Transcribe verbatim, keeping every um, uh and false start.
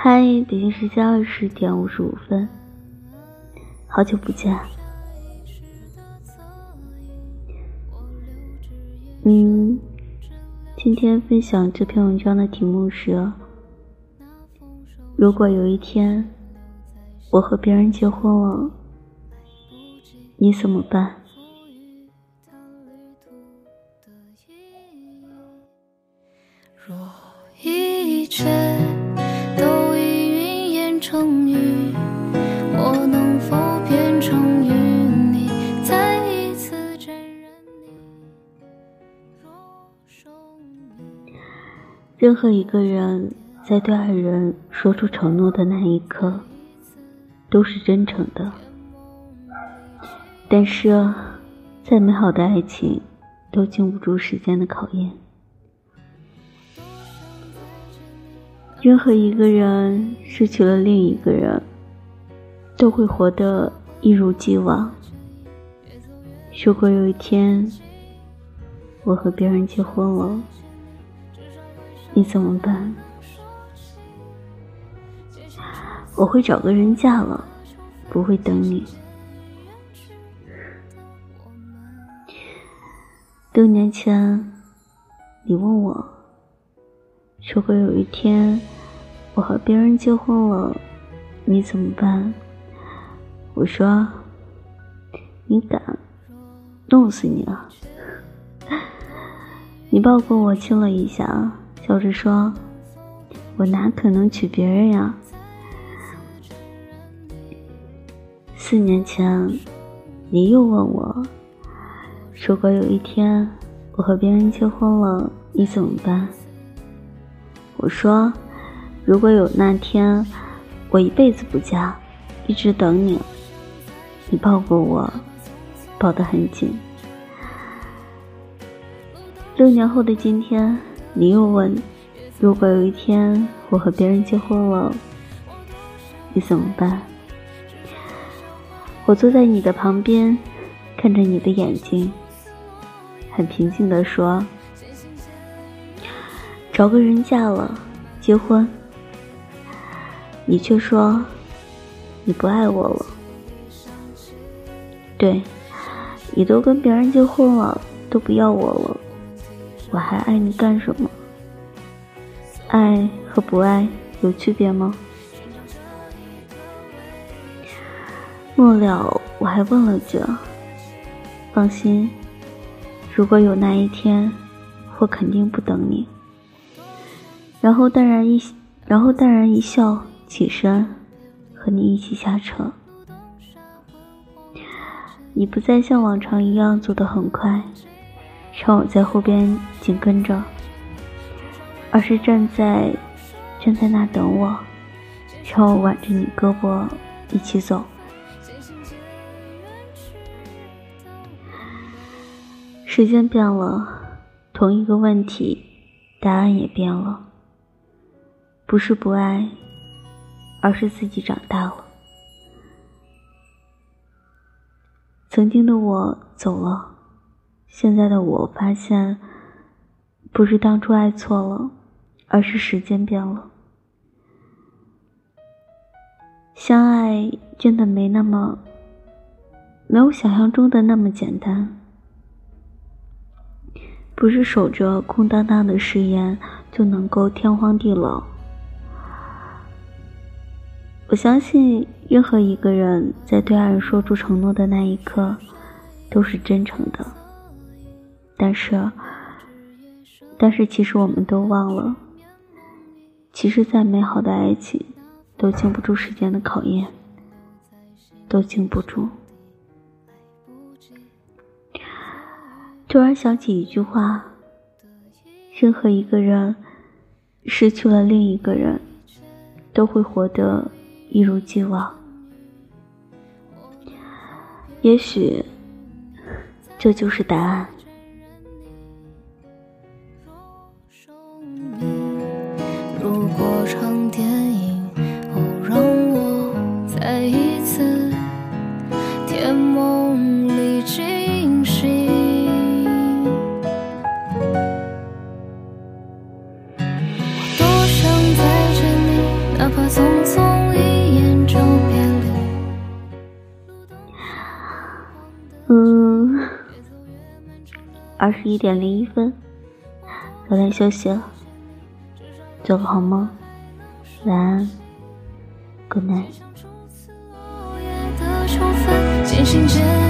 嗨，北京时间二十点五十五分，好久不见。嗯，今天分享这篇文章的题目是：如果有一天我和别人结婚了，你怎么办？ 若一切都已云烟成雨，我能否变成与你再一次沾染你若生命。 任何一个人在对爱人说出承诺的那一刻都是真诚的，但是再美好的爱情都经不住时间的考验。任何一个人失去了另一个人，都会活得一如既往。如果有一天我和别人结婚了，你怎么办？我会找个人嫁了，不会等你。多年前你问我，如果有一天我和别人结婚了，你怎么办？我说，你敢，弄死你啊！你抱过我亲了一下，笑着说，我哪可能娶别人呀？四年前你又问我，如果有一天我和别人结婚了，你怎么办？我说，如果有那天我一辈子不嫁，一直等你。你抱过我，抱得很紧。六年后的今天，你又问，如果有一天我和别人结婚了，你怎么办？我坐在你的旁边，看着你的眼睛，很平静地说，找个人嫁了，结婚。你却说你不爱我了。对，你都跟别人结婚了，都不要我了，我还爱你干什么？爱和不爱有区别吗？末了我还问了句，放心，如果有那一天，我肯定不等你。然后淡然一然后淡然一笑，起身和你一起下车。你不再像往常一样走得很快，让我在后边紧跟着，而是站在站在那等我，让我挽着你胳膊一起走。时间变了，同一个问题，答案也变了。不是不爱，而是自己长大了。曾经的我走了，现在的我发现，不是当初爱错了，而是时间变了。相爱真的没那么，没有想象中的那么简单。不是守着空荡荡的誓言就能够天荒地老。我相信任何一个人在对爱人说出承诺的那一刻都是真诚的，但是但是其实我们都忘了，其实再美好的爱情都经不住时间的考验，都经不住。突然想起一句话，任何一个人失去了另一个人，都会活得一如既往。也许这就是答案。 如果场电影哦，让我再一次甜梦里惊醒，我多想再见你，哪怕匆匆一眼就别离。 嗯，二十一点零一分，早点休息了，做个好梦，晚安 ，Good night。 渐行渐